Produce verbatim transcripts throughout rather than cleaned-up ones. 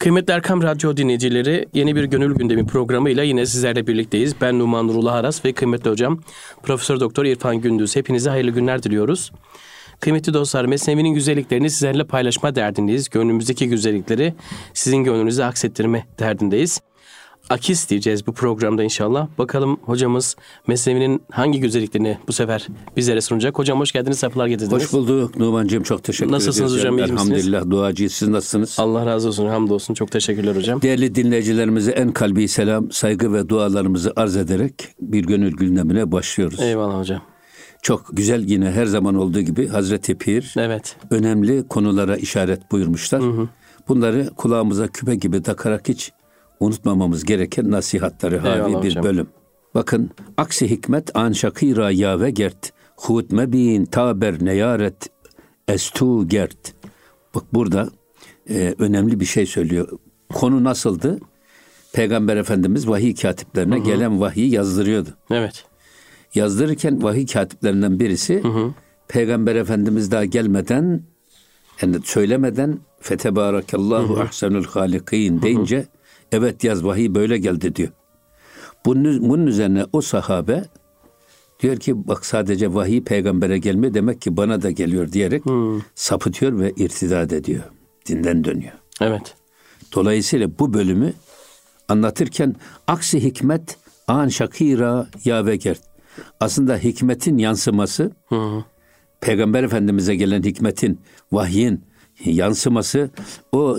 Kıymetli Erkam Radyo dinleyicileri, yeni bir Gönül Gündemi programıyla yine sizlerle birlikteyiz. Ben Numan Nurullah Aras ve kıymetli hocam Profesör Doktor İrfan Gündüz. Hepinize hayırlı günler diliyoruz. Kıymetli dostlar, Mesnevi'nin güzelliklerini sizlerle paylaşma derdindeyiz. Gönlümüzdeki güzellikleri sizin gönlünüze aksettirme derdindeyiz. Akis diyeceğiz bu programda inşallah. Bakalım hocamız Mesnevi'nin hangi güzelliklerini bu sefer bizlere sunacak. Hocam hoş geldiniz, sefalar getirdiniz. Hoş bulduk Numan'cığım, çok teşekkür ederiz. Nasılsınız hocam, iyi misiniz? Elhamdülillah, duacıyız. Siz nasılsınız? Allah razı olsun, hamdolsun. Çok teşekkürler hocam. Değerli dinleyicilerimize en kalbi selam, saygı ve dualarımızı arz ederek bir gönül gündemine başlıyoruz. Eyvallah hocam. Çok güzel, yine her zaman olduğu gibi Hazreti Pir evet. önemli konulara işaret buyurmuşlar. Hı hı. Bunları kulağımıza küpe gibi takarak hiç unutmamamız gereken nasihatları havi bir hocam. Bölüm. Bakın, aksi hikmet an şakira yave gert, hutme bin taber neyaret estu gert. Bak burada e, önemli bir şey söylüyor. Konu nasıldı? Peygamber Efendimiz vahiy katiplerine hı hı. gelen vahiyi yazdırıyordu. Evet. Yazdırırken vahiy katiplerinden birisi hı hı. Peygamber Efendimiz daha gelmeden, yani söylemeden fetebarakallahu ahsenul halikin deyince hı hı. evet yaz, vahiy böyle geldi diyor. Bunun, bunun üzerine o sahabe diyor ki bak, sadece vahiy peygambere gelmiyor, demek ki bana da geliyor diyerek hmm. sapıtıyor ve irtidat ediyor. Dinden dönüyor. Evet. Dolayısıyla bu bölümü anlatırken aksi hikmet an şakira yave gert. Aslında hikmetin yansıması, hmm. Peygamber Efendimiz'e gelen hikmetin, vahyin yansıması o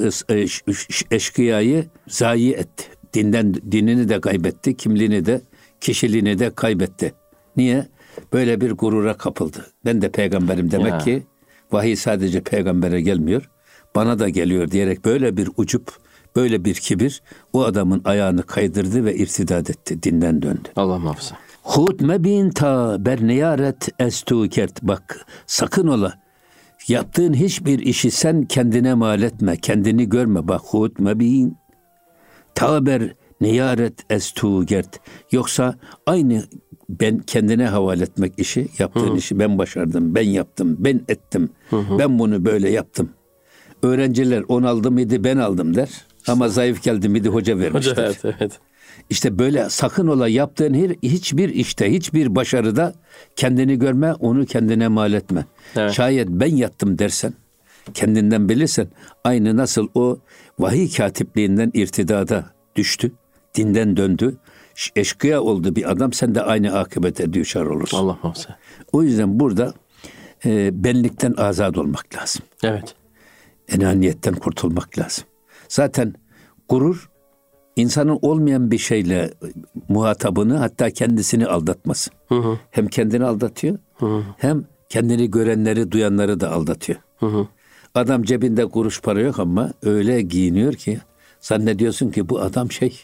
eşkıyayı zayi etti. Dinden, dinini de kaybetti, kimliğini de, kişiliğini de kaybetti. Niye? Böyle bir gurura kapıldı. Ben de peygamberim demek ya. Ki vahiy sadece peygambere gelmiyor, bana da geliyor diyerek böyle bir ucup, böyle bir kibir o adamın ayağını kaydırdı ve irtidat etti, dinden döndü. Allah muhafaza. Hutme bin ta berniyaret estu kert. Bak, sakın ola, yaptığın hiçbir işi sen kendine mal etme, kendini görme. Bak, hutme bin taber niyaret estu gert. Yoksa aynı ben kendine havale etmek işi, yaptığın hı. işi ben başardım, ben yaptım, ben ettim, hı hı. ben bunu böyle yaptım. Öğrenciler on aldı mıydı ben aldım der. Ama zayıf geldi miydi hoca vermiştir. Hoca, evet, evet. İşte böyle sakın ola, yaptığın her, hiçbir işte, hiçbir başarıda kendini görme, onu kendine mal etme. Evet. Şayet ben yaptım dersen, kendinden bilirsen, aynı nasıl o vahiy katipliğinden irtidada düştü, dinden döndü, eşkıya oldu bir adam, sen de aynı akıbete düşer olursun. Allah muhafaza. O yüzden burada e, benlikten azad olmak lazım. Evet. Enaniyetten kurtulmak lazım. Zaten gurur, insanın olmayan bir şeyle muhatabını, hatta kendisini aldatması. Hı hı. Hem kendini aldatıyor, hı hı. hem kendini görenleri, duyanları da aldatıyor. Hı hı. Adam cebinde kuruş para yok ama öyle giyiniyor ki zannediyorsun ki bu adam şey.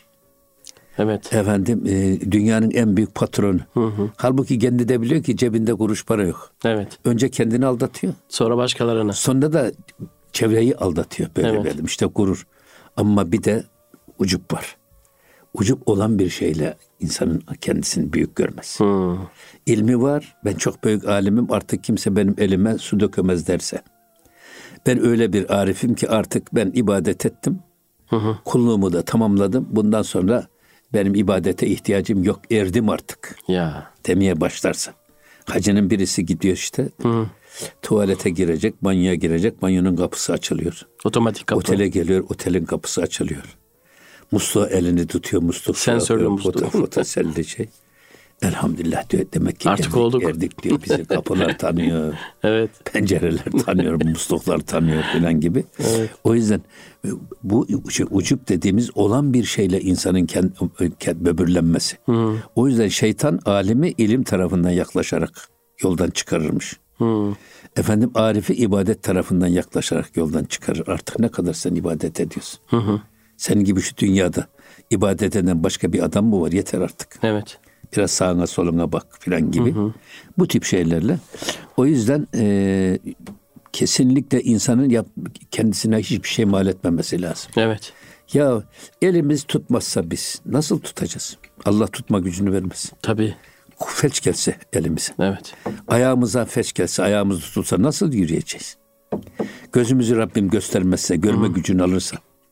Evet. Efendim e, dünyanın en büyük patronu. Hı hı. Halbuki kendi de biliyor ki cebinde kuruş para yok. Evet. Önce kendini aldatıyor. Sonra başkalarını. Sonra da çevreyi aldatıyor. Böyle evet. Verdim. İşte gurur. Ama bir de ucup var. Ucup olan bir şeyle insanın kendisini büyük görmez. Hmm. İlmi var. Ben çok büyük alimim, artık kimse benim elime su dökemez derse. Ben öyle bir arifim ki artık ben ibadet ettim. Hı hı. Kulluğumu da tamamladım. Bundan sonra benim ibadete ihtiyacım yok. Erdim artık. Ya. Demeye başlarsa. Hacının birisi gidiyor işte. Hı. Tuvalete girecek, banyoya girecek. Banyonun kapısı açılıyor. Otomatik kapı. Otele geliyor, otelin kapısı açılıyor. Musluğa elini tutuyor, musluk. Sensörlü musluk. Fotoselli şey. Elhamdülillah diyor. Demek ki artık erdik, olduk. Erdik diyor. Bizi kapılar tanıyor. Evet. Pencereler tanıyor, musluklar tanıyor falan gibi. Evet. O yüzden bu ucup dediğimiz olan bir şeyle insanın kendi, kendi böbürlenmesi. Hmm. O yüzden şeytan alimi ilim tarafından yaklaşarak yoldan çıkarırmış. Hmm. Efendim arifi ibadet tarafından yaklaşarak yoldan çıkarır. Artık ne kadar sen ibadet ediyorsun. Hı hı. Senin gibi şu dünyada ibadet eden başka bir adam mı var? Yeter artık. Evet. Biraz sağına soluna bak filan gibi. Hı hı. Bu tip şeylerle. O yüzden e, kesinlikle insanın yap, kendisine hiçbir şey mal etmemesi lazım. Evet. Ya elimiz tutmazsa biz nasıl tutacağız? Allah tutma gücünü vermez. Tabii. Felç gelse elimize. Evet. Ayağımıza felç gelse, ayağımız tutulsa nasıl yürüyeceğiz? Gözümüzü Rabbim göstermezse, görme hmm. gücünü alırsa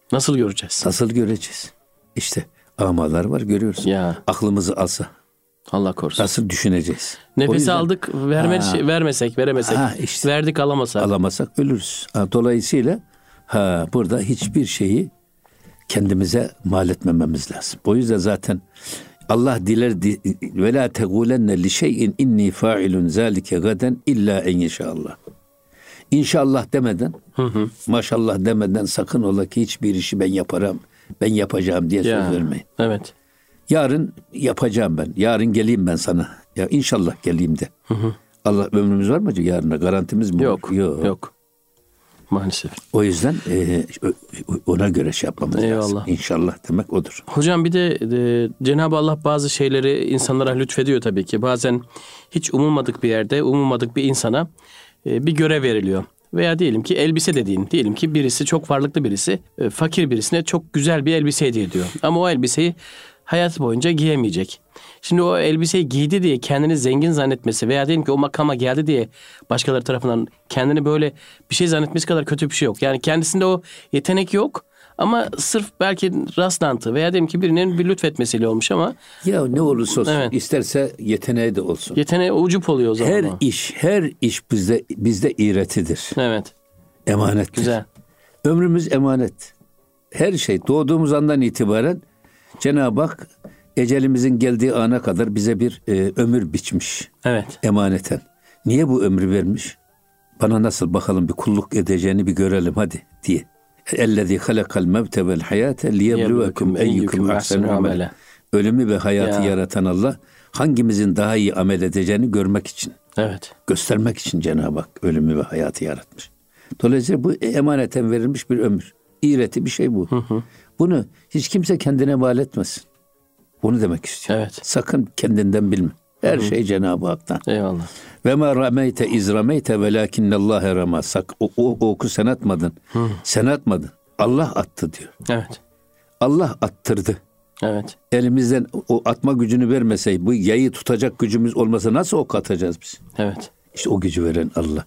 Nasıl göreceğiz? Nasıl göreceğiz? İşte amalar var, görüyoruz. Ya. Aklımızı alsa. Allah korusun. Nasıl düşüneceğiz? Nefesi yüzden, aldık, verme, ha, vermesek, veremesek. Ha, işte, verdik, alamasak. Alamasak ölürüz. Ha, dolayısıyla ha, burada hiçbir şeyi kendimize mal etmememiz lazım. O yüzden zaten Allah diler ve la tegulenne li şey'in inni fa'ilun zalike gaden illa en yeşallah. İnşallah demeden, hı hı. maşallah demeden sakın ola ki hiçbir işi ben yaparım, ben yapacağım diye ya, söz vermeyin. Evet. Yarın yapacağım ben. Yarın geleyim ben sana. Ya inşallah geleyim de. Hı hı. Allah ömrümüz var mı yarına? Garantimiz mi? Yok. Yok. Yok. Maalesef. O yüzden e, ona göre şey yapmamız Eyvallah. lazım. İnşallah demek odur. Hocam bir de e, Cenab-ı Allah bazı şeyleri insanlara lütfediyor tabii ki. Bazen hiç umulmadık bir yerde, umulmadık bir insana e, bir görev veriliyor. Veya diyelim ki elbise dediğin, diyelim ki birisi çok varlıklı birisi, e, fakir birisine çok güzel bir elbise hediye ediyor. Ama o elbiseyi hayatı boyunca giyemeyecek. Şimdi o elbiseyi giydi diye kendini zengin zannetmesi veya diyelim ki o makama geldi diye başkaları tarafından kendini böyle bir şey zannetmesi kadar kötü bir şey yok. Yani kendisinde o yetenek yok ama sırf belki rastlantı veya diyelim ki birinin bir lütfetmesiyle olmuş ama. Ya ne olursa olsun, evet. isterse yeteneği de olsun. Yeteneği ucup oluyor o zaman. Her o. iş, her iş bizde bizde iğretidir. Evet. Emanettir. Güzel. Ömrümüz emanet. Her şey doğduğumuz andan itibaren Cenab-ı Hak ecelimizin geldiği ana kadar bize bir e, ömür biçmiş. Evet. Emaneten. Niye bu ömrü vermiş? Bana nasıl bakalım bir kulluk edeceğini bir görelim hadi diye. Ellezî halakal mevte vel hayâte liyebluvekum eyyukum ahsenu amele. Ölümü ve hayatı ya. yaratan Allah hangimizin daha iyi amel edeceğini görmek için. Evet. Göstermek için Cenab-ı Hak ölümü ve hayatı yaratmış. Dolayısıyla bu emaneten verilmiş bir ömür. İğreti bir şey bu. Hı hı. Bunu hiç kimse kendine mal etmesin. Bunu demek istiyor. Evet. Sakın kendinden bilme. Her Hı. şey Cenab-ı Hak'tan. Eyvallah. Ve ma rameyte iz rameyte velakinnallâhe ramâ. Sak o, o, o oku sen atmadın. Hı. Sen atmadın. Allah attı diyor. Evet. Allah attırdı. Evet. Elimizden o atma gücünü vermeseydi, bu yayı tutacak gücümüz olmasa nasıl ok atacağız biz? Evet. İşte o gücü veren Allah.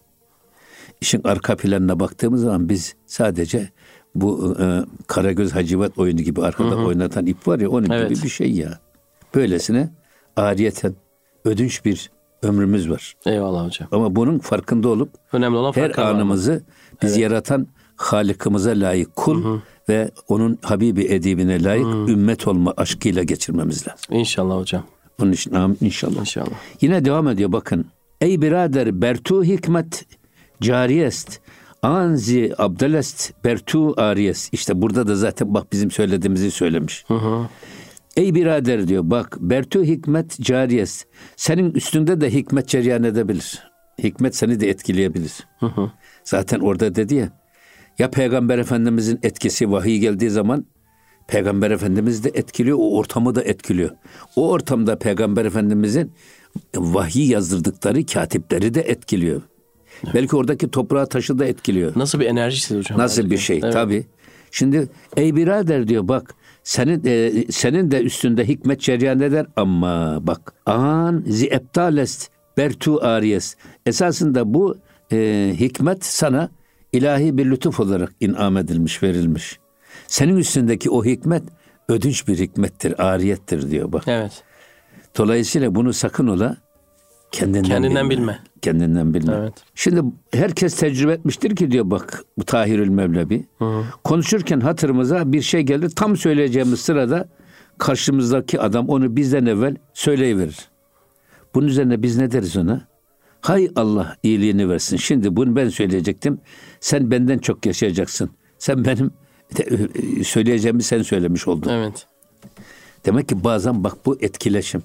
İşin arka planına baktığımız zaman biz sadece bu e, Karagöz Hacivat oyunu gibi arkada hı hı. oynatan ip var ya, onun evet. gibi bir şey ya. Böylesine ariyeten ödünç bir ömrümüz var. Eyvallah hocam. Ama bunun farkında olup önemli olan her anımızı biz evet. yaratan Halık'ımıza layık kul hı hı. ve onun Habibi edibine layık hı. ümmet olma aşkıyla geçirmemiz lazım. İnşallah hocam. Onun için amin inşallah. İnşallah. Yine devam ediyor bakın. Ey birader bertu hikmet cariyest anzi abdelest bertu ariyes. İşte burada da zaten bak bizim söylediğimizi söylemiş. Hı hı. Ey birader diyor bak bertu hikmet cariyes. Senin üstünde de hikmet cereyan edebilir. Hikmet seni de etkileyebilir. Hı hı. Zaten orada dedi ya. Ya Peygamber Efendimizin etkisi vahiy geldiği zaman Peygamber Efendimiz de etkiliyor, o ortamı da etkiliyor. O ortamda Peygamber Efendimizin vahiy yazdırdıkları katipleri de etkiliyor. Evet. Belki oradaki toprağı taşı da etkiliyor. Nasıl bir enerjisi hocam? Nasıl belki. bir şey evet. tabii. Şimdi ey birader diyor bak senin e, senin de üstünde hikmet cereyan eder ama bak an zi eptalest bertu ariyes. Esasında bu e, hikmet sana ilahi bir lütuf olarak inam edilmiş, verilmiş. Senin üstündeki o hikmet ödünç bir hikmettir, ariyettir diyor bak. Evet. Dolayısıyla bunu sakın ola kendinden, kendinden bilme. bilme. Kendinden bilme. Evet. Şimdi herkes tecrübe etmiştir ki diyor bak bu Tahirül Mevlevi. Hı hı. Konuşurken hatırımıza bir şey geldi. Tam söyleyeceğimiz sırada karşımızdaki adam onu bizden evvel söyleyiverir. Bunun üzerine biz ne deriz ona? Hay Allah iyiliğini versin. Şimdi bunu ben söyleyecektim. Sen benden çok yaşayacaksın. Sen benim söyleyeceğimi sen söylemiş oldun. Evet. Demek ki bazen bak bu etkileşim.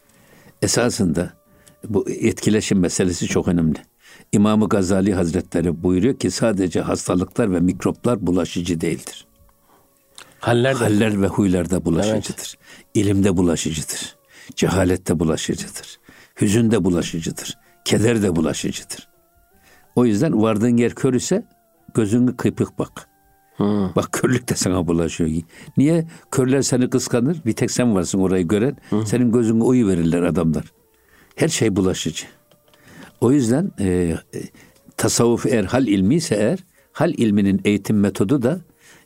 Esasında bu etkileşim meselesi çok önemli. İmam-ı Gazali Hazretleri buyuruyor ki sadece hastalıklar ve mikroplar bulaşıcı değildir. Haller, de. Haller ve huylar da bulaşıcıdır. Evet. İlim de bulaşıcıdır. Cehalet de bulaşıcıdır. Hüzün de bulaşıcıdır. Keder de bulaşıcıdır. O yüzden vardığın yer kör ise gözünü kıypık bak. Hmm. Bak körlük de sana bulaşıyor. Niye? Körler seni kıskanır. Bir tek sen varsın orayı gören. Hmm. Senin gözünü oyu verirler adamlar. Her şey bulaşıcı. O yüzden e, tasavvuf eğer hal ilmi ise eğer hal ilminin eğitim metodu da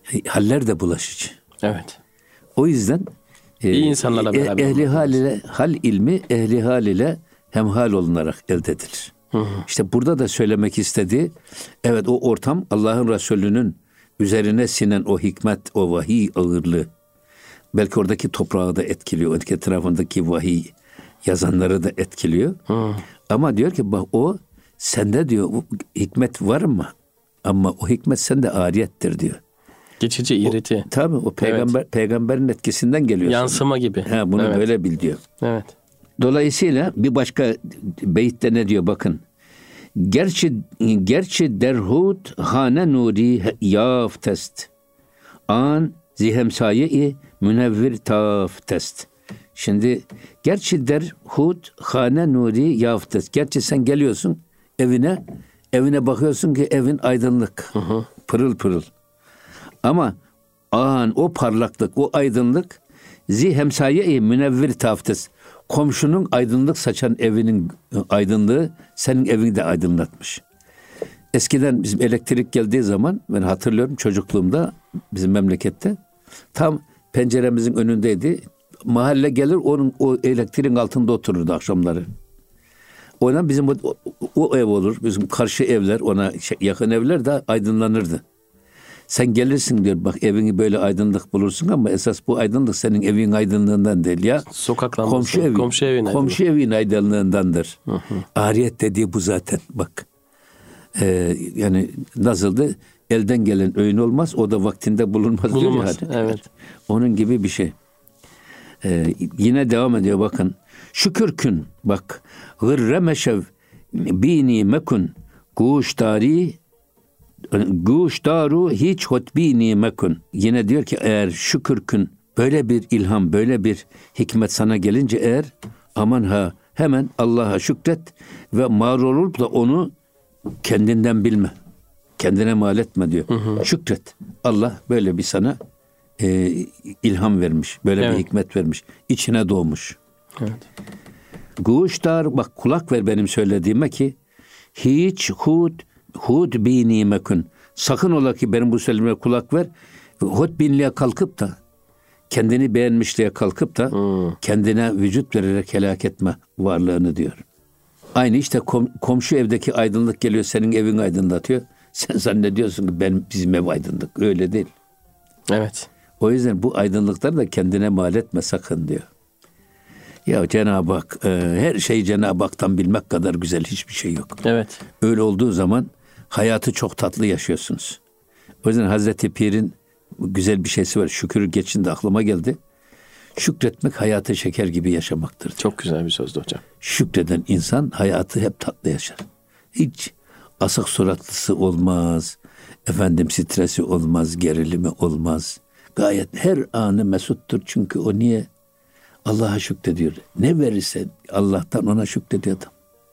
haller de bulaşıcı. Evet. O yüzden iyi e, insanlarla beraber ehli hal ile hal ilmi ehli hal ile hemhal olunarak elde edilir. Hı hı. İşte burada da söylemek istediği, evet o ortam Allah'ın Resulü'nün üzerine sinen o hikmet, o vahiy ağırlığı belki oradaki toprağı da etkiliyor. Oradaki etrafındaki vahiy yazanları da etkiliyor. Hı. Ama diyor ki bak o sende diyor hikmet var mı? Ama o hikmet sende ariyettir diyor. Geçici, iğreti. Tabii o peygamber evet. peygamberin etkisinden geliyor. Yansıma sana. Gibi. Ha, bunu evet. böyle bil diyor. Evet. Dolayısıyla bir başka beyitte ne diyor bakın. Gerçi gerçi derhut hane nuri yaftest. An zihemsaye-i münevvir taftest. Şimdi gerçi derhut hane nuri yaftest. Gerçi sen geliyorsun evine, evine bakıyorsun ki evin aydınlık. Hı hı. Pırıl pırıl. Ama an o parlaklık, o aydınlık zihemsaye-i münevvir taftest. Komşunun aydınlık saçan evinin aydınlığı senin evini de aydınlatmış. Eskiden bizim elektrik geldiği zaman ben hatırlıyorum çocukluğumda bizim memlekette tam penceremizin önündeydi. Mahalle gelir onun o elektriğin altında otururdu akşamları. O yüzden bizim o, o ev olur. Bizim karşı evler ona yakın evler de aydınlanırdı. Sen gelirsin diyor bak evini böyle aydınlık bulursun ama esas bu aydınlık senin evin aydınlığından değil ya. Sokak lambası, komşu evin, komşu evin, komşu evin aydınlığındandır. Hı hı. Ariyet dediği bu zaten bak. Ee, yani nasıldı? Elden gelen öğün olmaz, o da vaktinde bulunmaz. Bulunmaz, diyor evet. Onun gibi bir şey. Ee, yine devam ediyor bakın. Şükür kün bak. Gırre meşev bini mekun guştari guştaru hiç hotbini mekun. Yine diyor ki eğer şükür kün böyle bir ilham, böyle bir hikmet sana gelince eğer aman ha hemen Allah'a şükret ve mağrur olup da onu kendinden bilme. Kendine mal etme diyor. Hı hı. Şükret. Allah böyle bir sana e, ilham vermiş. Böyle evet. bir hikmet vermiş. İçine doğmuş. Evet. Guştar bak kulak ver benim söylediğime ki hiç hud hud bini mekun. Sakın ola ki benim bu söylediğime kulak ver. Hud binliğe kalkıp da kendini beğenmişliğe kalkıp da hmm. kendine vücut vererek helak etme varlığını diyor. Aynı işte kom, komşu evdeki aydınlık geliyor senin evin aydınlatıyor. Sen zannediyorsun ki ben bizim ev aydınlık. Öyle değil. Evet. O yüzden bu aydınlıkları da kendine mal etme sakın diyor. Ya Cenab-ı Hak e, her şeyi Cenab-ı Hak'tan bilmek kadar güzel hiçbir şey yok. Evet. Öyle olduğu zaman hayatı çok tatlı yaşıyorsunuz. O yüzden Hazreti Pir'in güzel bir şeysi var. Şükür geçin de aklıma geldi. Şükretmek hayatı şeker gibi yaşamaktır. Çok güzel bir sözdü hocam. Şükreden insan hayatı hep tatlı yaşar. Hiç asık suratlısı olmaz. Efendim stresi olmaz, gerilimi olmaz. Gayet her anı mesuttur. Çünkü o niye? Allah'a şükrediyor. Ne verirse Allah'tan ona şükrediyor adam.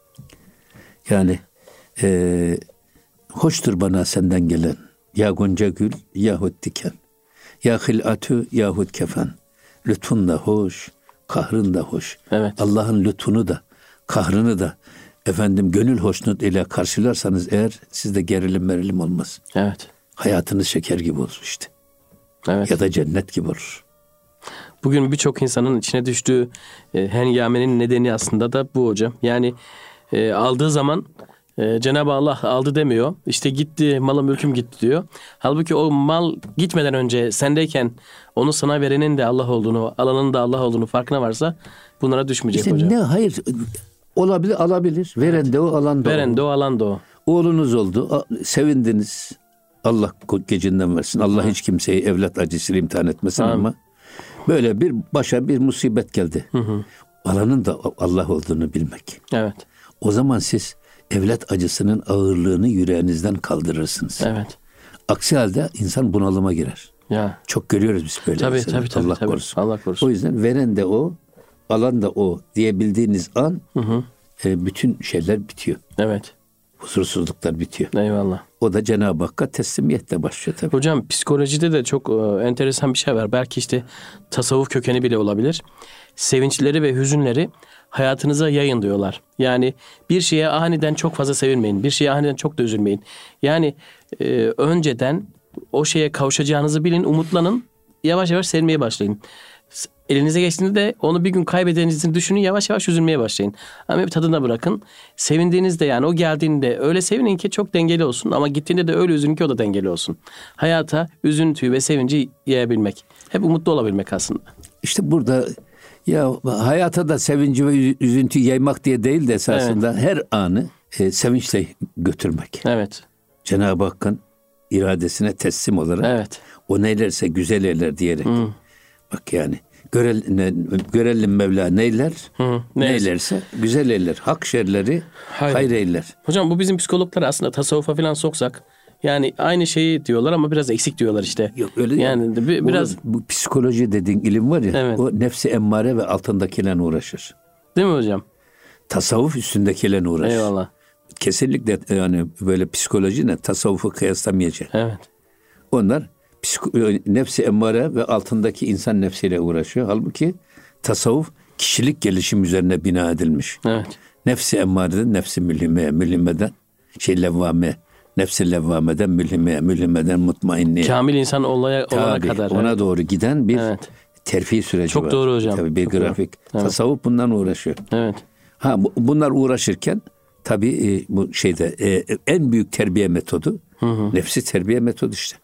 Yani e, hoştur bana senden gelen. Ya gonca gül yahut diken. Ya hilatü yahut kefen. Lütfun da hoş, kahrın da hoş. Evet. Allah'ın lütfunu da, kahrını da efendim gönül hoşnut ile karşılarsanız eğer sizde gerilim merilim olmaz. Evet. Hayatınız şeker gibi olur işte. Evet. Ya da cennet gibi olur. Bugün birçok insanın içine düştüğü e, hengamenin nedeni aslında da bu hocam. Yani e, aldığı zaman e, Cenab-ı Allah aldı demiyor. İşte gitti, malım mülküm gitti diyor. Halbuki o mal gitmeden önce sendeyken onu sana verenin de Allah olduğunu, alanın da Allah olduğunu farkına varsa bunlara düşmeyecek işte hocam. Ne hayır olabilir, alabilir. Veren evet. de o, alan da Veren o. Veren de o, alan da o. Oğlunuz oldu, sevindiniz. Allah gecinden versin. Allah Hı. hiç kimseyi evlat acısıyla imtihan etmesin Hı. ama böyle bir başa bir musibet geldi. Hı hı. Alanın da Allah olduğunu bilmek. Evet. O zaman siz evlat acısının ağırlığını yüreğinizden kaldırırsınız. Evet. Aksi halde insan bunalıma girer. Ya. Çok görüyoruz biz böyle. Tabii tabii tabii. Allah tabii. korusun. Allah korusun. O yüzden veren de o, alan da o diyebildiğiniz an hı hı. E, bütün şeyler bitiyor. Evet. Huzursuzluklar bitiyor. Eyvallah. O da Cenab-ı Hakk'a teslimiyetle başlıyor tabii. Hocam psikolojide de çok e, enteresan bir şey var. Belki işte tasavvuf kökeni bile olabilir. Sevinçleri ve hüzünleri hayatınıza yayın diyorlar. Yani bir şeye aniden çok fazla sevinmeyin. Bir şeye aniden çok da üzülmeyin. Yani e, önceden o şeye kavuşacağınızı bilin, umutlanın. Yavaş yavaş sevmeye başlayın. Elinize geçtiğinde de onu bir gün kaybedeceğinizi düşünün, yavaş yavaş üzülmeye başlayın. Ama bir tadına bırakın. Sevindiğinizde, yani o geldiğinde öyle sevinin ki çok dengeli olsun. Ama gittiğinde de öyle üzülün ki o da dengeli olsun. Hayata üzüntüyü ve sevinci yayabilmek. Hep umutlu olabilmek aslında. İşte burada ya hayata da sevinci ve üzüntüyü yaymak diye değil de esasında evet. her anı e, sevinçle götürmek. Evet. Cenab-ı Hakk'ın iradesine teslim olarak evet. o neylerse güzel eyler diyerek. Hmm. Bak yani görelim, görelim Mevla neyler, Hı, neylerse güzel eyler. Hak şerleri hayır. hayır eyler. Hocam bu bizim psikologları aslında tasavvufa falan soksak, yani aynı şeyi diyorlar ama biraz eksik diyorlar işte. Yok öyle yani değil. Bir, biraz bu, bu psikoloji dediğin ilim var ya, evet. o nefsi emmare ve altındakiyle uğraşır. Değil mi hocam? Tasavvuf üstündekiyle uğraşır. Eyvallah. Kesinlikle yani böyle psikolojiyle tasavvufu kıyaslamayacak. Evet. Onlar psiko- nefsi emmare ve altındaki insan nefsiyle uğraşıyor. Halbuki tasavvuf kişilik gelişim üzerine bina edilmiş. Evet. Nefsi emmareden nefsi mülhimeye, mülhimeden şey levvame, nefsi levvameden mülhimeye, mülhimeden mutmainneye. Kamil insan olaya, olana Tabii, kadar. ona evet. doğru giden bir evet. terfi süreci Çok var. Çok doğru hocam. Tabii bir Çok grafik. Evet. Tasavvuf bundan uğraşıyor. Evet. Ha bunlar uğraşırken tabii e, bu şeyde e, en büyük terbiye metodu hı hı. nefsi terbiye metodu işte.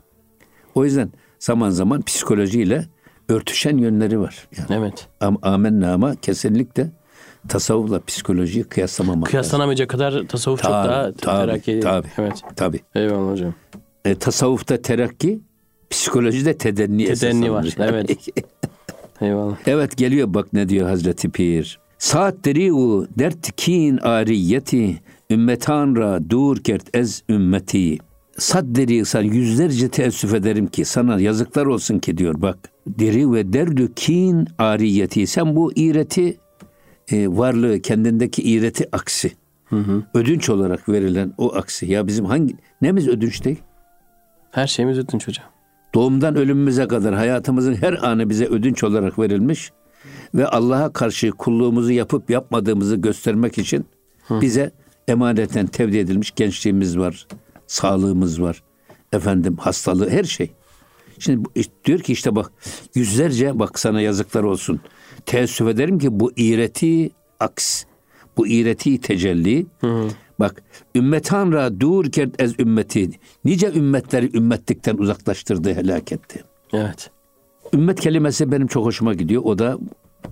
O yüzden zaman zaman psikolojiyle örtüşen yönleri var. Yani. Evet. Am, amenna ama kesinlikle tasavvufla psikolojiyi kıyaslamamak Kıyaslanamayacak lazım. kadar tasavvuf tabii, çok daha terakki. Tabii, evet. tabii. Eyvallah hocam. E, tasavvufta terakki, psikolojide tedenni esas Tedenni var, evet. Eyvallah. Evet geliyor bak ne diyor Hazreti Pir. Saatleri u dert kin ariyeti ümmetan ra dur kert ez ümmeti. Sadderi sana yüzlerce teessüf ederim ki sana yazıklar olsun ki diyor bak. Deri ve derdü kin ariyeti. Sen bu iğreti e, varlığı kendindeki iğreti aksi. Hı hı. Ödünç olarak verilen o aksi. Ya bizim hangi nemiz ödünç değil? Her şeyimiz ödünç hocam. Doğumdan ölümümüze kadar hayatımızın her anı bize ödünç olarak verilmiş ve Allah'a karşı kulluğumuzu yapıp yapmadığımızı göstermek için hı. bize emaneten tevdi edilmiş gençliğimiz var, sağlığımız var, efendim hastalığı, her şey. Şimdi diyor ki işte bak yüzlerce bak sana yazıklar olsun. Teessüf ederim ki bu iğreti aks, bu iğreti tecelli. Hı. Bak ümmetan ra dur kert ez ümmeti. Nice ümmetleri ümmetlikten uzaklaştırdı, helak etti. Evet. Ümmet kelimesi benim çok hoşuma gidiyor. O da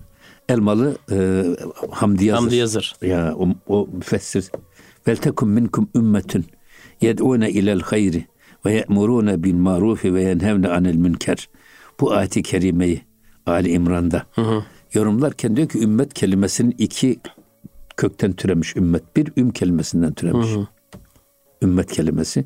Elmalı e, Hamdi Yazır. Hamdi Yazır. Ya o, o müfessir. Vel tekum minkum ümmetun yed'une ilel hayri ve ye'murune bil marufi ve yenhevne anil münker. Bu ayet-i kerimeyi Ali İmran'da hı hı. yorumlarken diyor ki ümmet kelimesinin iki kökten türemiş ümmet. Bir üm kelimesinden türemiş. Hı hı. Ümmet kelimesi.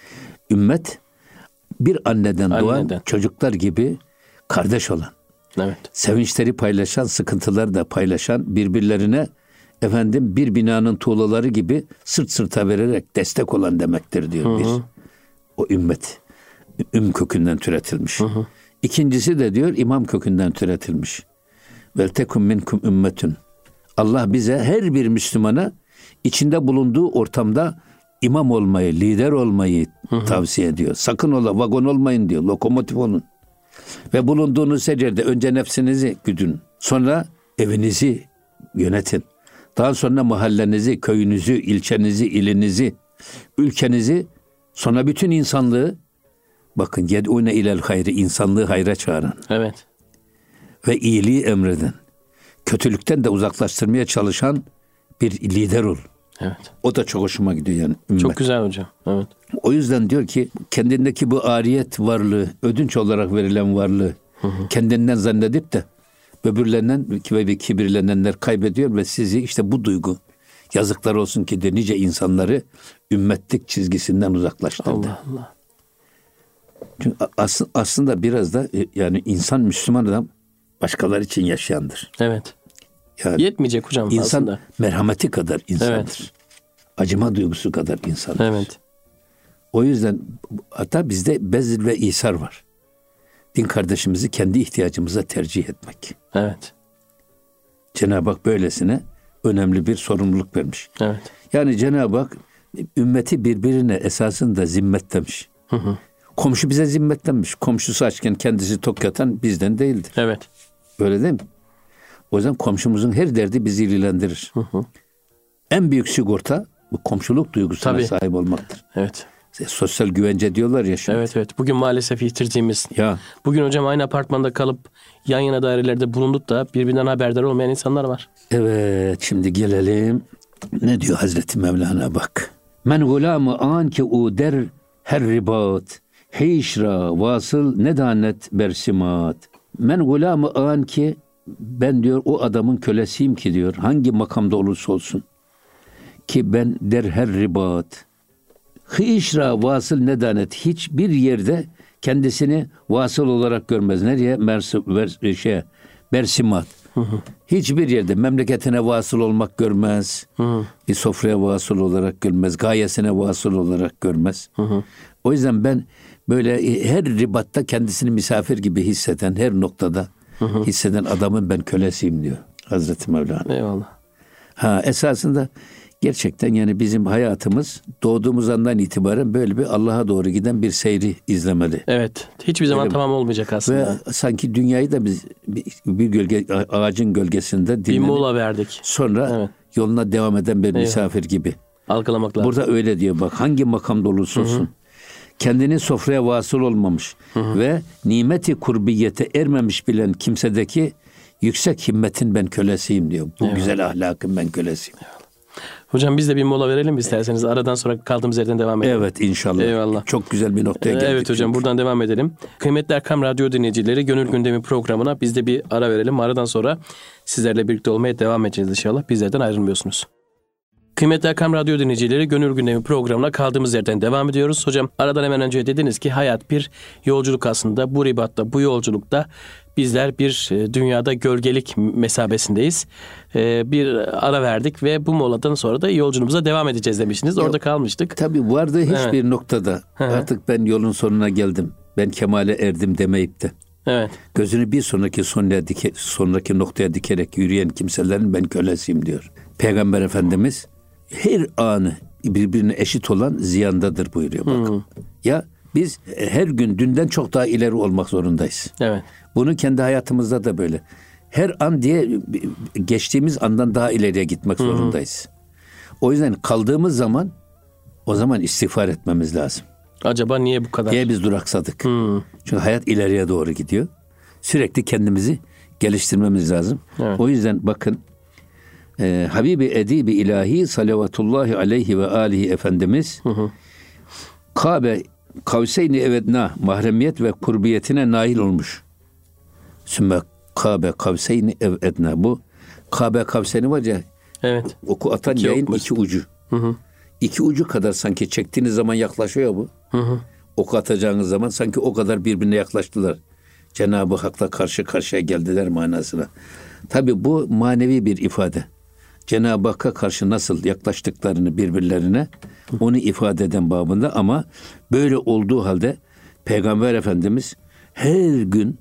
Ümmet bir anneden, anneden doğan çocuklar gibi kardeş olan. Evet. Sevinçleri paylaşan, sıkıntıları da paylaşan, birbirlerine efendim bir binanın tuğlaları gibi sırt sırta vererek destek olan demektir diyor. Hı hı. Bir. O ümmet. Üm kökünden türetilmiş. Hı hı. İkincisi de diyor imam kökünden türetilmiş. Vel tekum minkum ümmetun. Allah bize her bir Müslümana içinde bulunduğu ortamda imam olmayı, lider olmayı hı hı. tavsiye ediyor. Sakın ola vagon olmayın diyor. Lokomotif olun. Ve bulunduğunuz her yerde önce nefsinizi güdün. Sonra evinizi yönetin. Daha sonra mahallenizi, köyünüzü, ilçenizi, ilinizi, ülkenizi, sonra bütün insanlığı, bakın yed'une ilel hayri, insanlığı hayra çağırın. Evet. Ve iyiliği emredin. Kötülükten de uzaklaştırmaya çalışan bir lider ol. Evet. O da çok hoşuma gidiyor yani. Ümmet. Çok güzel hocam. Evet. O yüzden diyor ki kendindeki bu ariyet varlığı, ödünç olarak verilen varlığı hı hı. kendinden zannedip de öbürlerinden ve kibirlenenler kaybediyor ve sizi işte bu duygu, yazıklar olsun ki de nice insanları ümmetlik çizgisinden uzaklaştırdı. Allah Allah. Çünkü aslında biraz da yani insan, Müslüman adam başkaları için yaşayandır. Evet. Yani yetmeyecek hocam insan aslında. merhameti kadar insandır. Evet. Acıma duygusu kadar insandır. Evet. O yüzden hatta bizde bezil ve isar var. Din kardeşimizi kendi ihtiyacımıza tercih etmek. Evet. Cenab-ı Hak böylesine önemli bir sorumluluk vermiş. Evet. Yani Cenab-ı Hak ümmeti birbirine esasında zimmet demiş. Hı hı. Komşu bize zimmetlenmiş. Komşusu açken kendisi tok yatan bizden değildir. Evet. Öyle değil mi? O yüzden komşumuzun her derdi bizi ilgilendirir. Hı hı. En büyük sigorta bu komşuluk duygusuna Tabii. sahip olmaktır. Evet. Sosyal güvence diyorlar ya şimdi. Evet evet. Bugün maalesef yitirdiğimiz. Ya. Bugün hocam aynı apartmanda kalıp yan yana dairelerde bulunup da birbirinden haberdar olmayan insanlar var. Evet, şimdi gelelim. Ne diyor Hazreti Mevlana bak. Men gulamı an ki u der her ribat hişra vasıl nedanet bersimat. Men gulamı an ki ben diyor o adamın kölesiyim ki diyor hangi makamda olursa olsun ki ben der her ribat hişra vasıl nedanet hiçbir yerde kendisini vasıl olarak görmez. Nereye? Mersi, ver, şey, bersimat. Hı hı. Hiçbir yerde memleketine vasıl olmak görmez. Hı hı. Bir sofraya vasıl olarak görmez. Gayesine vasıl olarak görmez. Hı hı. O yüzden ben böyle her ribatta kendisini misafir gibi hisseden, her noktada hı hı. hisseden adamın ben kölesiyim diyor Hazreti Mevlana. Eyvallah. Ha, esasında gerçekten yani bizim hayatımız doğduğumuz andan itibaren böyle bir Allah'a doğru giden bir seyri izlemeli. Evet. Hiçbir zaman Öyle tamam olmayacak aslında. Ve sanki dünyayı da biz bir, bir gölge ağacın gölgesinde dinlenip bir mola verdik. Sonra evet. yoluna devam eden bir evet. misafir gibi. Algılamak lazım. Burada öyle diyor bak hangi makamda olursa olsun. Hı hı. Kendini sofraya vasıl olmamış hı hı. ve nimeti kurbiyete ermemiş bilen kimsedeki yüksek himmetin ben kölesiyim diyor. Bu evet. güzel ahlakın ben kölesiyim. Evet. Hocam biz de bir mola verelim isterseniz. Aradan sonra kaldığımız yerden devam edelim. Evet inşallah. Eyvallah. Çok güzel bir noktaya geldik. Evet hocam buradan devam edelim. Kıymetli Erkam Radyo dinleyicileri Gönül Gündemi programına biz de bir ara verelim. Aradan sonra sizlerle birlikte olmaya devam edeceğiz inşallah. Bizlerden ayrılmıyorsunuz. Kıymetli Erkam Radyo dinleyicileri Gönül Gündemi programına kaldığımız yerden devam ediyoruz. Hocam aradan hemen önce dediniz ki hayat bir yolculuk aslında. Bu ribatta, bu yolculukta bizler bir dünyada gölgelik mesabesindeyiz. Bir ara verdik ve bu moladan sonra da yolculuğumuza devam edeceğiz demiştiniz. Orada Yok, kalmıştık. Tabii vardı hiçbir evet. noktada artık ben yolun sonuna geldim. Ben kemale erdim demeyip de. Evet. Gözünü bir sonraki sonraya dike, sonraki noktaya dikerek yürüyen kimselerin ben kölesiyim diyor. Peygamber Efendimiz her anı birbirine eşit olan ziyandadır buyuruyor bak. Hmm. Ya biz her gün dünden çok daha ileri olmak zorundayız. Evet. Bunu kendi hayatımızda da böyle. Her an diye geçtiğimiz andan daha ileriye gitmek hmm. zorundayız. O yüzden kaldığımız zaman o zaman istiğfar etmemiz lazım. Acaba niye bu kadar? Niye biz duraksadık? Hmm. Çünkü hayat ileriye doğru gidiyor. Sürekli kendimizi geliştirmemiz lazım. Evet. O yüzden bakın e, Habibi Edibi İlahi salavatullahi aleyhi ve alihi Efendimiz hı hı. Kabe Kavseyni Evedna mahremiyet ve kurbiyetine nail olmuş. Sümme Kabe Kavseyni Evedna bu Kabe Kavseyni var ya evet. oku atan iki yayın okmuş. iki ucu. Hı hı. İki ucu kadar sanki çektiğiniz zaman yaklaşıyor bu. Hı hı. Ok atacağınız zaman sanki o kadar birbirine yaklaştılar. Cenab-ı Hak'la karşı karşıya geldiler manasına. Tabii bu manevi bir ifade. Cenab-ı Hak'a karşı nasıl yaklaştıklarını birbirlerine onu ifade eden babında ama böyle olduğu halde Peygamber Efendimiz her gün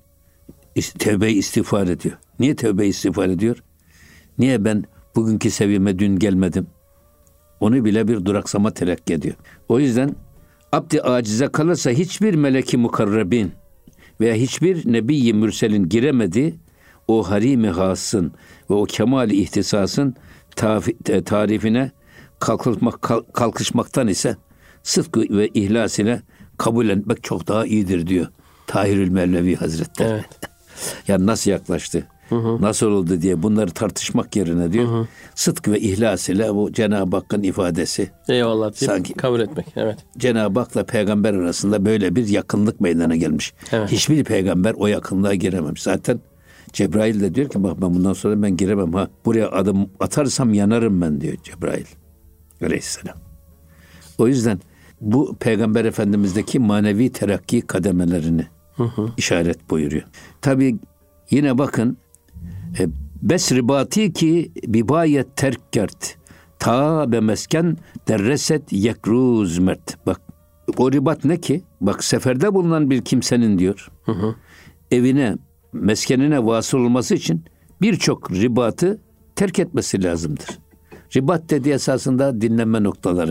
tevbe istiğfar ediyor. Niye tevbe istiğfar ediyor? Niye ben bugünkü seviyeme dün gelmedim? Onu bile bir duraksama telakki ediyor. O yüzden abdi acize kalırsa hiçbir meleki mukarrebin veya hiçbir nebi-i mürselin giremediği o harimi hasın ve o kemal-i ihtisasın tarifine kalkışmak, kalkışmaktan ise sıdkı ve ihlas ile kabul etmek çok daha iyidir diyor Tahirül Mevlevi Hazretleri. Evet. Yani nasıl yaklaştı? Hı hı. Nasıl oldu diye bunları tartışmak yerine diyor. Hı hı. Sıdk ve ihlas ile bu Cenab-ı Hakk'ın ifadesi. Eyvallah. Sanki kabul etmek. Evet. Cenab-ı Hak'la peygamber arasında böyle bir yakınlık meydana gelmiş. Evet. Hiçbir peygamber o yakınlığa girememiş. Zaten Cebrail de diyor ki bak ben bundan sonra ben giremem ha. Buraya adım atarsam yanarım ben diyor Cebrail Aleyhisselam. O yüzden bu Peygamber Efendimiz'deki manevi terakki kademelerini hı hı. işaret buyuruyor. Tabii yine bakın bes ribati ki bibayet terk kert ta be mesken derreset yekruz mert. Bak o ribat ne ki? Bak seferde bulunan bir kimsenin diyor. Hı hı. Evine, meskenine vasıl olması için birçok ribatı terk etmesi lazımdır. Ribat dediği esasında dinlenme noktaları,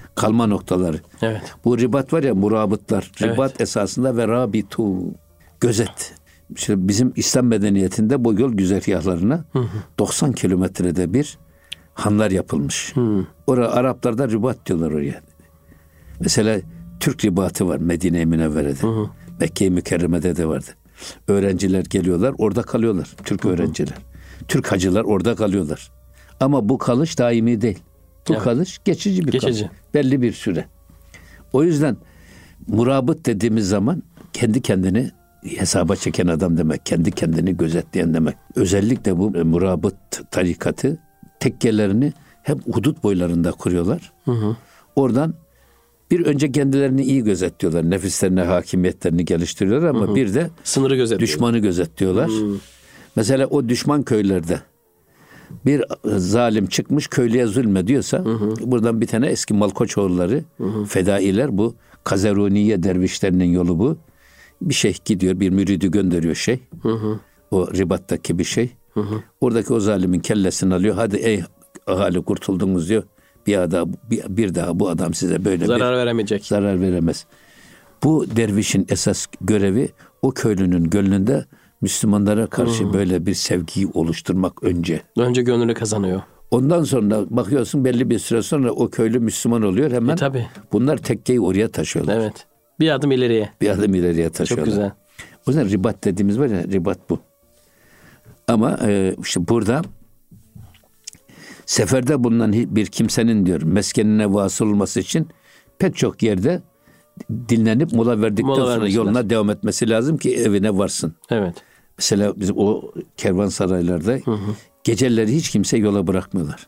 kalma noktaları. Evet. Bu ribat var ya, murabıtlar. Ribat Evet. esasında ve rabitu, gözet. İşte bizim İslam medeniyetinde bu yol güzergahlarına hı hı. doksan kilometrede bir hanlar yapılmış. Hı. Orada Araplarda ribat diyorlar oraya. Mesela Türk ribatı var Medine-i Münevvere'de. Hı hı. Mekke-i Mükerreme'de de vardı. Öğrenciler geliyorlar, orada kalıyorlar. Türk hı hı. öğrenciler. Türk hacılar orada kalıyorlar. Ama bu kalış daimi değil. Bu evet. kalış geçici bir geçici. kalış. Belli bir süre. O yüzden murabıt dediğimiz zaman kendi kendini hesaba çeken adam demek. Kendi kendini gözetleyen demek. Özellikle bu murabıt tarikatı tekkelerini hep hudut boylarında kuruyorlar. Hı hı. Oradan bir önce kendilerini iyi gözetliyorlar. Nefislerine hakimiyetlerini geliştiriyorlar ama hı hı. bir de sınırı gözetliyorlar. Düşmanı gözetliyorlar. Hı. Mesela o düşman köylerde bir zalim çıkmış köylüye zulmediyorsa hı hı. buradan bir tane eski Malkoçoğulları hı hı. fedailer, bu Kazeruniye dervişlerinin yolu bu. Bir şeyh gidiyor, bir müridi gönderiyor şeyh. Hı hı. O ribattaki bir şey. Hı hı. Oradaki o zalimin kellesini alıyor. Hadi ey ahali kurtuldunuz diyor. Bir daha, bir, bir daha bu adam size böyle zarar bir, veremeyecek. Zarar veremez. Bu dervişin esas görevi o köylünün gönlünde Müslümanlara karşı hmm. böyle bir sevgiyi oluşturmak önce. Önce gönlünü kazanıyor. Ondan sonra bakıyorsun belli bir süre sonra o köylü Müslüman oluyor hemen. E, tabii. Bunlar tekkeyi oraya taşıyorlar. Evet. Bir adım ileriye. Bir adım ileriye taşıyorlar. Çok güzel. O yüzden ribat dediğimiz var ya, ribat bu. Ama e, işte burada seferde bulunan bir kimsenin diyor meskenine vasıl olması için pek çok yerde dinlenip mola verdikten mola sonra yoluna lazım. devam etmesi lazım ki evine varsın. Evet. Mesela bizim o kervansaraylarda hı hı. geceleri hiç kimse yola bırakmıyorlar.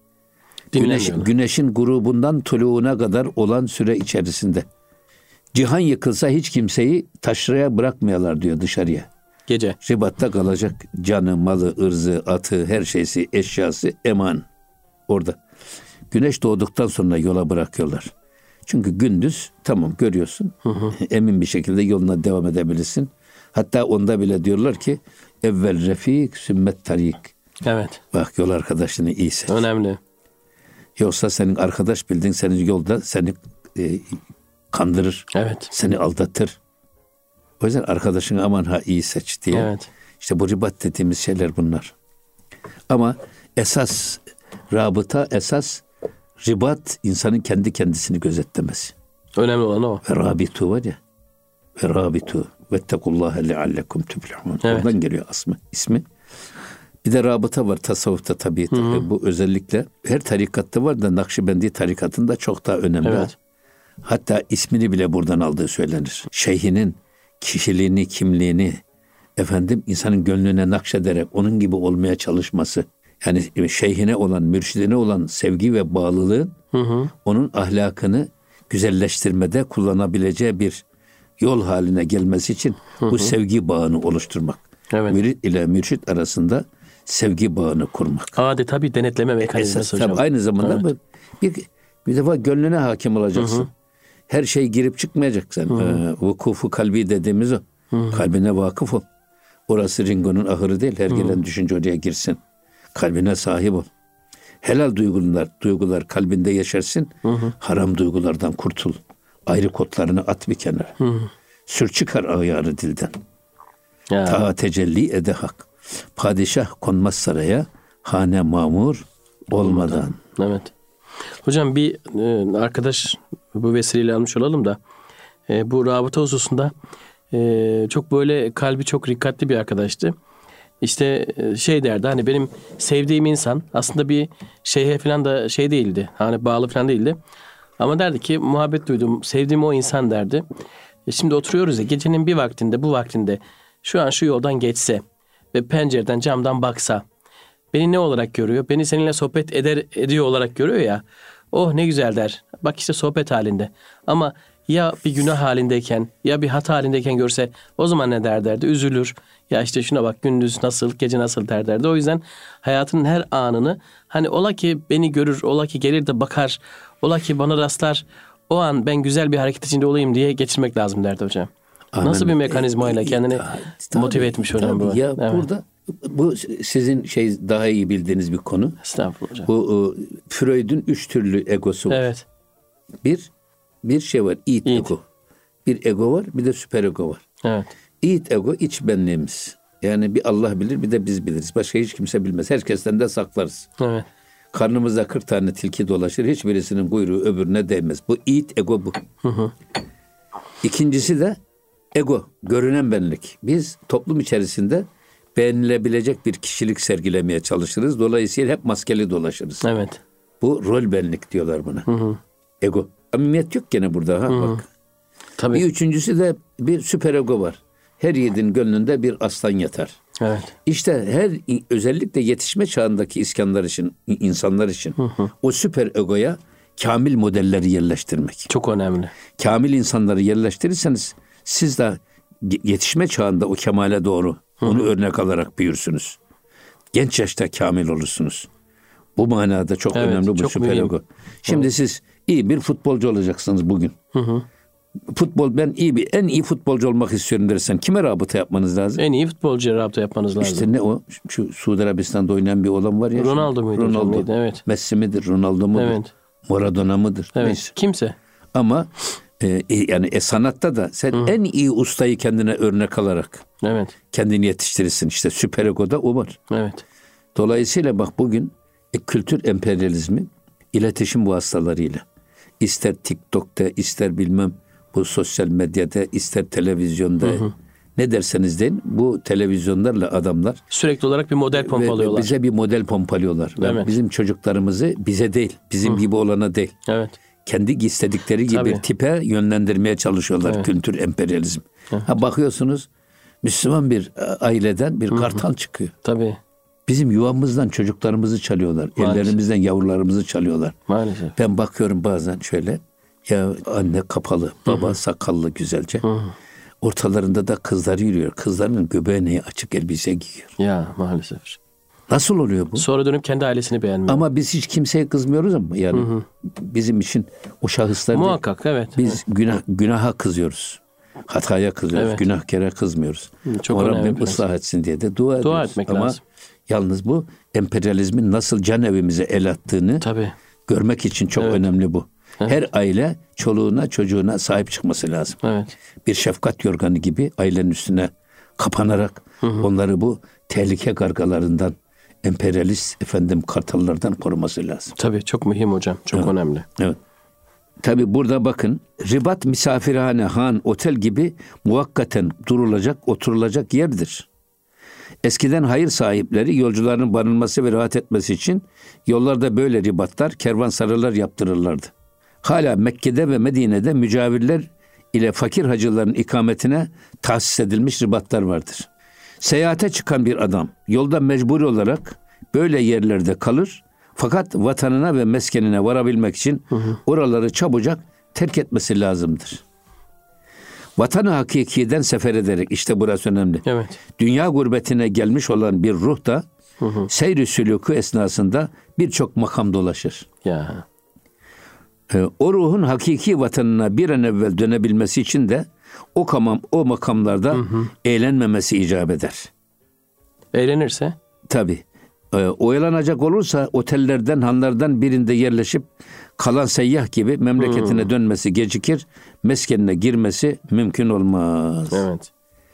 Güneş, güneşin grubundan tuluğuna kadar olan süre içerisinde. Cihan yıkılsa hiç kimseyi taşraya bırakmıyorlar diyor dışarıya. Gece. Ribatta kalacak canı, malı, ırzı, atı, her şeysi, eşyası eman orada. Güneş doğduktan sonra yola bırakıyorlar. Çünkü gündüz tamam görüyorsun. Hı hı. Emin bir şekilde yoluna devam edebilirsin. Hatta onda bile diyorlar ki evvel refik, sümmet tarik. Evet. Bak yol arkadaşını iyi seç. Önemli. Yoksa senin arkadaş bildiğin senin yolda seni e, kandırır. Evet. Seni aldatır. O yüzden arkadaşını aman ha iyi seç diye. Evet. İşte bu ribat dediğimiz şeyler bunlar. Ama esas rabıta, esas ribat insanın kendi kendisini gözetlemesi. Önemli olan o. Ve rabitu var ya. Ve rabitu. Vettekullâhe leallekum tüflihûn. Evet. Oradan geliyor asmı, ismi. Bir de rabıta var tasavvufta tabii. tabii. Bu özellikle her tarikatta var da Nakşibendi tarikatında çok daha önemli. Evet. Hatta ismini bile buradan aldığı söylenir. Şeyhinin kişiliğini, kimliğini efendim insanın gönlüne nakşederek onun gibi olmaya çalışması. Yani şeyhine olan, mürşidine olan sevgi ve bağlılığı hı hı. onun ahlakını güzelleştirmede kullanabileceği bir yol haline gelmesi için hı hı. bu sevgi bağını oluşturmak. Evet. Mürit ile mürşit arasında sevgi bağını kurmak. Adeta bir denetleme mekanizması hocam. Tabii aynı zamanda evet. bir, bir defa gönlüne hakim olacaksın. Hı hı. Her şey girip çıkmayacak sen. Ee, vukufu kalbi dediğimiz o. Hı hı. Kalbine vakıf ol. Orası Ringo'nun ahırı değil. Her gelen düşünce oraya girsin. Kalbine sahip ol. Helal duygular, duygular kalbinde yaşarsın. Hı hı. Haram duygulardan kurtul. Ayrı kotlarını at bir kenara. Hı hı. Sür çıkar ayarı dilden. Ya. Ta tecelli ede hak. Padişah konmaz saraya, hane mamur olmadan. Evet. Hocam bir e, arkadaş bu vesileyle almış olalım da e, bu rabıta hususunda e, çok böyle kalbi çok rikkatli bir arkadaştı. İşte e, şey derdi hani benim sevdiğim insan aslında bir şeyhe falan da şey değildi. Hani bağlı falan değildi. Ama derdi ki muhabbet duydum, sevdiğim o insan derdi. E, şimdi oturuyoruz ya gecenin bir vaktinde bu vaktinde şu an şu yoldan geçse ve pencereden camdan baksa beni ne olarak görüyor? Beni seninle sohbet eder ediyor olarak görüyor ya. Oh ne güzel der. Bak işte sohbet halinde. Ama ya bir günah halindeyken ya bir hata halindeyken görse o zaman ne der derdi? Üzülür. Ya işte şuna bak gündüz nasıl gece nasıl der derdi. O yüzden hayatının her anını hani ola ki beni görür, ola ki gelir de bakar, ola ki bana rastlar. O an ben güzel bir hareket içinde olayım diye geçirmek lazım derdi hocam. Amin. Nasıl bir mekanizmayla kendini tabii, motive etmiş hocam bu? Ya evet. Burada bu sizin şey daha iyi bildiğiniz bir konu. Estağfurullah hocam. Bu Freud'un üç türlü egosu var. Evet. Bir bir şey var. İd İd. ego. Bir ego var, bir de süper ego var. Evet. İd ego iç benliğimiz. Yani bir Allah bilir, bir de biz biliriz. Başka hiç kimse bilmez. Herkesten de saklarız. Evet. Karnımızda kırk tane tilki dolaşır. Hiçbirisinin kuyruğu öbürüne değmez. Bu id ego bu. Hı hı. İkincisi de ego, görünen benlik. Biz toplum içerisinde beğenilebilecek bir kişilik sergilemeye çalışırız. Dolayısıyla hep maskeli dolaşırız. Evet. Bu rol benlik diyorlar buna. Hı hı. Ego. Samimiyet yok gene burada. Ha, Hı. bak. Tabii. Bir üçüncüsü de bir süper ego var. Her yiğidin gönlünde bir aslan yatar. Evet. İşte her özellikle yetişme çağındaki iskanlar için, insanlar için hı hı. o süper egoya kamil modelleri yerleştirmek. Çok önemli. Kamil insanları yerleştirirseniz siz de yetişme çağında o kemale doğru hı hı. onu örnek alarak büyürsünüz. Genç yaşta kamil olursunuz. Bu manada çok evet, önemli bu çok süper mühim. Ego. Şimdi hı. siz iyi bir futbolcu olacaksınız bugün. Hı hı. Futbol ben iyi bir en iyi futbolcu olmak istiyorum dersen kime rabıta yapmanız lazım? En iyi futbolcuya rabıta yapmanız lazım. İşte ne o? Şu Suudi Arabistan'da oynayan bir olan var ya. Ronaldo muydu? Ronaldo. Muydu? Evet. Messi midir? Ronaldo mudur? Evet. Maradona mıdır? Evet. Neyse. Kimse. Ama e, yani e, sanatta da sen Hı. en iyi ustayı kendine örnek alarak evet. kendini yetiştirirsin. İşte süper egoda o var. Evet. Dolayısıyla bak bugün e, kültür emperyalizmi iletişim vasıtalarıyla ister TikTok'ta ister bilmem bu sosyal medyada ister televizyonda hı hı. ne derseniz deyin bu televizyonlarla adamlar sürekli olarak bir model pompalıyorlar. Ve bize bir model pompalıyorlar. Evet. Bizim çocuklarımızı bize değil, bizim hı. gibi olana değil. Evet. Kendi istedikleri gibi Tabii. bir tipe yönlendirmeye çalışıyorlar evet. kültür emperyalizm. Evet. Ha bakıyorsunuz Müslüman bir aileden bir hı hı. kartal çıkıyor. Tabii. Bizim yuvamızdan çocuklarımızı çalıyorlar. Maalesef. Ellerimizden yavrularımızı çalıyorlar. Maalesef. Ben bakıyorum bazen şöyle ya anne kapalı, baba Hı-hı. sakallı güzelce. Hı-hı. Ortalarında da kızları yürüyor. Kızların göbeğine açık elbise giyiyor. Ya maalesef. Nasıl oluyor bu? Sonra dönüp kendi ailesini beğenmiyor. Ama biz hiç kimseye kızmıyoruz ama yani Hı-hı. bizim için o şahıslar muhakkak değil. evet. Biz günah günaha kızıyoruz. Hataya kızıyoruz. Evet. Günahkara kızmıyoruz. Çok ama Rabbim ıslah etsin diye de dua, dua ediyoruz. etmek ama lazım. Yalnız bu emperyalizmin nasıl can evimize el attığını Tabii. görmek için çok evet. önemli bu. Evet. Her aile çoluğuna çocuğuna sahip çıkması lazım. Evet. Bir şefkat yorganı gibi ailenin üstüne kapanarak hı hı. onları bu tehlike kargalarından, emperyalist efendim kartallardan koruması lazım. Tabii çok mühim hocam. Çok evet. önemli. Evet. Tabii burada bakın ribat misafirhane, han, otel gibi muhakkaten durulacak, oturulacak yerdir. Eskiden hayır sahipleri yolcuların barınması ve rahat etmesi için yollarda böyle ribatlar, kervansaraylar yaptırırlardı. Hala Mekke'de ve Medine'de mücavirler ile fakir hacıların ikametine tahsis edilmiş ribatlar vardır. Seyahate çıkan bir adam yolda mecburi olarak böyle yerlerde kalır fakat vatanına ve meskenine varabilmek için hı hı. oraları çabucak terk etmesi lazımdır. Vatanı hakikiden sefer ederek işte burası önemli. Evet. Dünya gurbetine gelmiş olan bir ruh da hı hı. seyr-i sülûkü esnasında birçok makam dolaşır. Ya. Ee, o ruhun hakiki vatanına bir an evvel dönebilmesi için de o kamam, o makamlarda hı hı. eğlenmemesi icap eder. Eğlenirse? Tabii. Ee, oyalanacak olursa otellerden, hanlardan birinde yerleşip kalan seyyah gibi memleketine hmm. dönmesi gecikir, meskenine girmesi mümkün olmaz. Evet.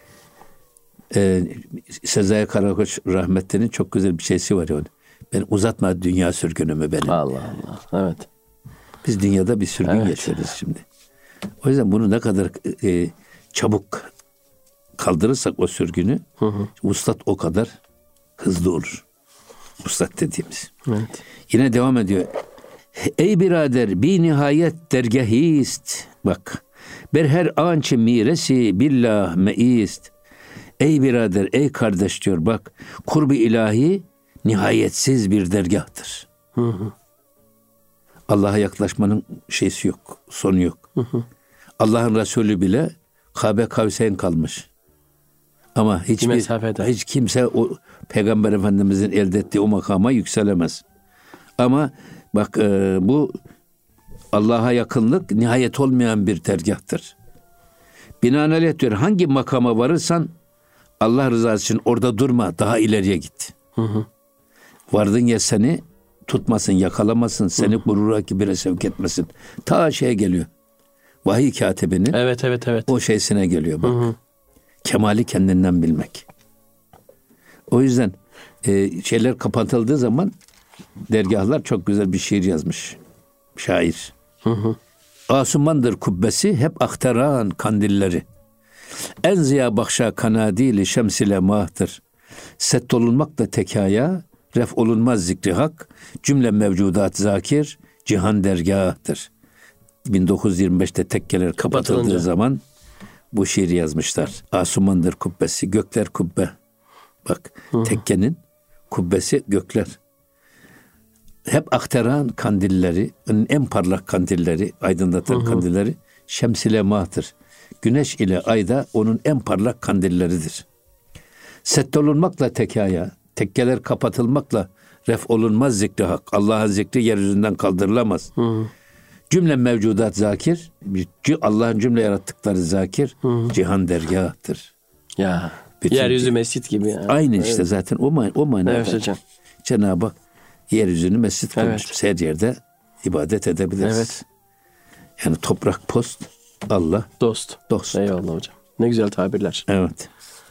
Ee, Sezai Karakoç rahmetlinin çok güzel bir şeysi var ya. Ben uzatma dünya sürgünümü benim. Allah Allah. Evet. Biz dünyada bir sürgün evet. yaşıyoruz şimdi. O yüzden bunu ne kadar e, çabuk kaldırırsak o sürgünü, hı hı. vuslat o kadar hızlı olur. Vuslat dediğimiz. Evet. Yine devam ediyor. Ey birader bir nihayet dergahist. Bak. Ber her ançı miresi billah meist. Ey birader, ey kardeş diyor bak. Kurbi ilahi nihayetsiz bir dergahtır. Hı hı. Allah'a yaklaşmanın şeysi yok. Sonu yok. Hı hı. Allah'ın Resulü bile Kabe Kavseyn kalmış. Ama hiçbir, hiç kimse o Peygamber Efendimizin elde ettiği o makama yükselemez. Ama bak e, bu Allah'a yakınlık nihayet olmayan bir dergahtır. Binaenaleyh diyor hangi makama varırsan Allah rızası için orada durma, daha ileriye git. Hı hı. Vardığın yer seni tutmasın, yakalamasın, seni gurura kibire sevk etmesin. Ta şeye geliyor. Vahiy katibinin evet, evet, evet. o şeysine geliyor bak. Hı hı. Kemali kendinden bilmek. O yüzden e, şeyler kapatıldığı zaman dergahlar çok güzel bir şiir yazmış. Şair. Hı hı. Asumandır kubbesi hep aktaran kandilleri. En ziya bakşa kanadili şemsile mahtır. Set olunmak da tekaya, ref olunmaz zikri hak, cümle mevcudat zakir, cihan dergahtır. bin dokuz yüz yirmi beşte tekkeler kapatıldığı zaman bu şiiri yazmışlar. Asumandır kubbesi, gökler kubbe. Bak, hı-hı, tekkenin kubbesi gökler. Hep aktaran kandilleri, en parlak kandilleri, aydınlatan, hı-hı, kandilleri şemsile mahtır. Güneş ile ay da onun en parlak kandilleridir. Set olunmakla tekaya, tekkeler kapatılmakla ref olunmaz zikri hak. Allah'ın zikri yeryüzünden kaldırılamaz. Hı hı. Cümle mevcudat zakir, Allah'ın cümle yarattıkları zakir, hı hı, cihan dergahtır. Ya, bütün yeryüzü mescit gibi ya. Aynı evet, işte zaten o man o manada. Evet hocam. Cenab-ı Hak yeryüzünü mescit kılmış. Evet. Her yerde ibadet edebiliriz. Evet. Yani toprak post, Allah dost. Dost. Eyvallah hocam. Ne güzel tabirler. Evet.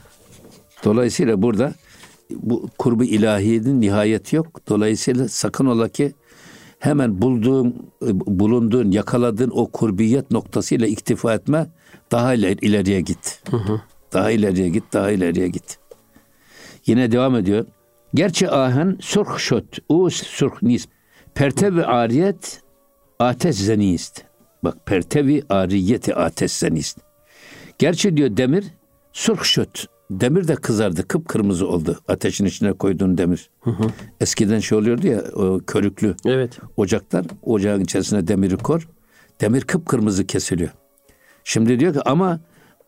Dolayısıyla burada bu kurbu ilahiyenin nihayeti yok. Dolayısıyla sakın ola ki hemen bulduğun, bulunduğun, yakaladığın o kurbiyet noktasıyla iktifa etme. Daha iler, ileriye git. Hı hı. Daha ileriye git, daha ileriye git. Yine devam ediyor. Gerçi ahen surh şot, us surh nis. Pertev-i ariyet ateş zenist. Bak, pertev-i ariyeti ateş zenist. Gerçi diyor demir surh şot. Demir de kızardı, kıpkırmızı oldu. Ateşin içine koyduğun demir. Hı hı. Eskiden şey oluyordu ya, o körüklü evet, ocaklar. Ocağın içerisine demiri kor. Demir kıpkırmızı kesiliyor. Şimdi diyor ki ama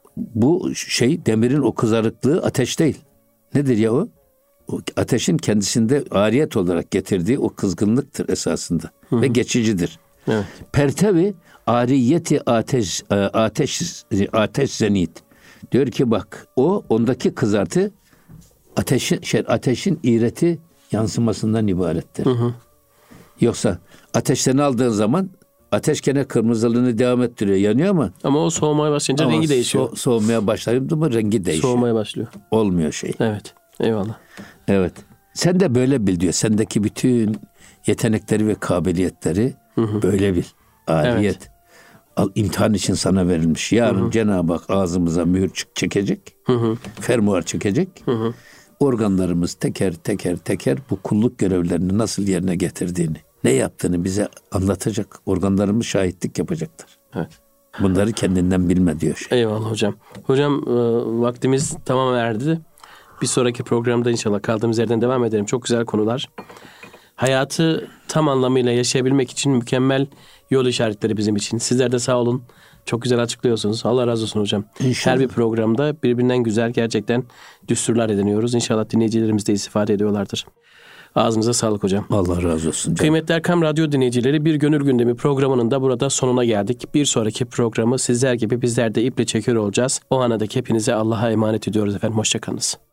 bu şey, demirin o kızarıklığı ateş değil. Nedir ya o? O ateşin kendisinde ariyet olarak getirdiği o kızgınlıktır esasında. Hı hı. Ve geçicidir. Evet. Pertevi ariyeti ateş ateş ateş zenit. Diyor ki bak, o ondaki kızartı ateşin şey, ateşin iğreti yansımasından ibarettir. Hı hı. Yoksa ateşten aldığın zaman ateş gene kırmızılığını devam ettiriyor, yanıyor ama ama o soğumaya başlayınca rengi değişiyor. So- soğumaya başlayınca mı rengi değişiyor. Soğumaya başlıyor. Olmuyor şey. Evet. Eyvallah. Evet. Sen de böyle bil diyor. Sendeki bütün yetenekleri ve kabiliyetleri hı hı, böyle bil. Ariyet. Evet. Al, imtihan için sana verilmiş. Yarın hı hı, Cenab-ı Hak ağzımıza mühür çekecek. Hı hı. Fermuar çekecek. Hı hı. Organlarımız teker teker teker bu kulluk görevlerini nasıl yerine getirdiğini, ne yaptığını bize anlatacak. Organlarımız şahitlik yapacaklar. Evet. Bunları kendinden bilme diyor. Şey. Eyvallah hocam. Hocam e, vaktimiz tamam erdi. Bir sonraki programda inşallah kaldığımız yerden devam edelim. Çok güzel konular. Hayatı tam anlamıyla yaşayabilmek için mükemmel yol işaretleri bizim için. Sizler de sağ olun. Çok güzel açıklıyorsunuz. Allah razı olsun hocam. İnşallah. Her bir programda birbirinden güzel gerçekten düsturlar ediniyoruz. İnşallah dinleyicilerimiz de istifade ediyorlardır. Ağzınıza sağlık hocam. Allah razı olsun canım. Kıymetli Erkam Radyo dinleyicileri, Bir Gönül Gündemi programının da burada sonuna geldik. Bir sonraki programı sizler gibi bizler de iple çekiyor olacağız. O ana dek hepinize Allah'a emanet ediyoruz efendim. Hoşçakalınız.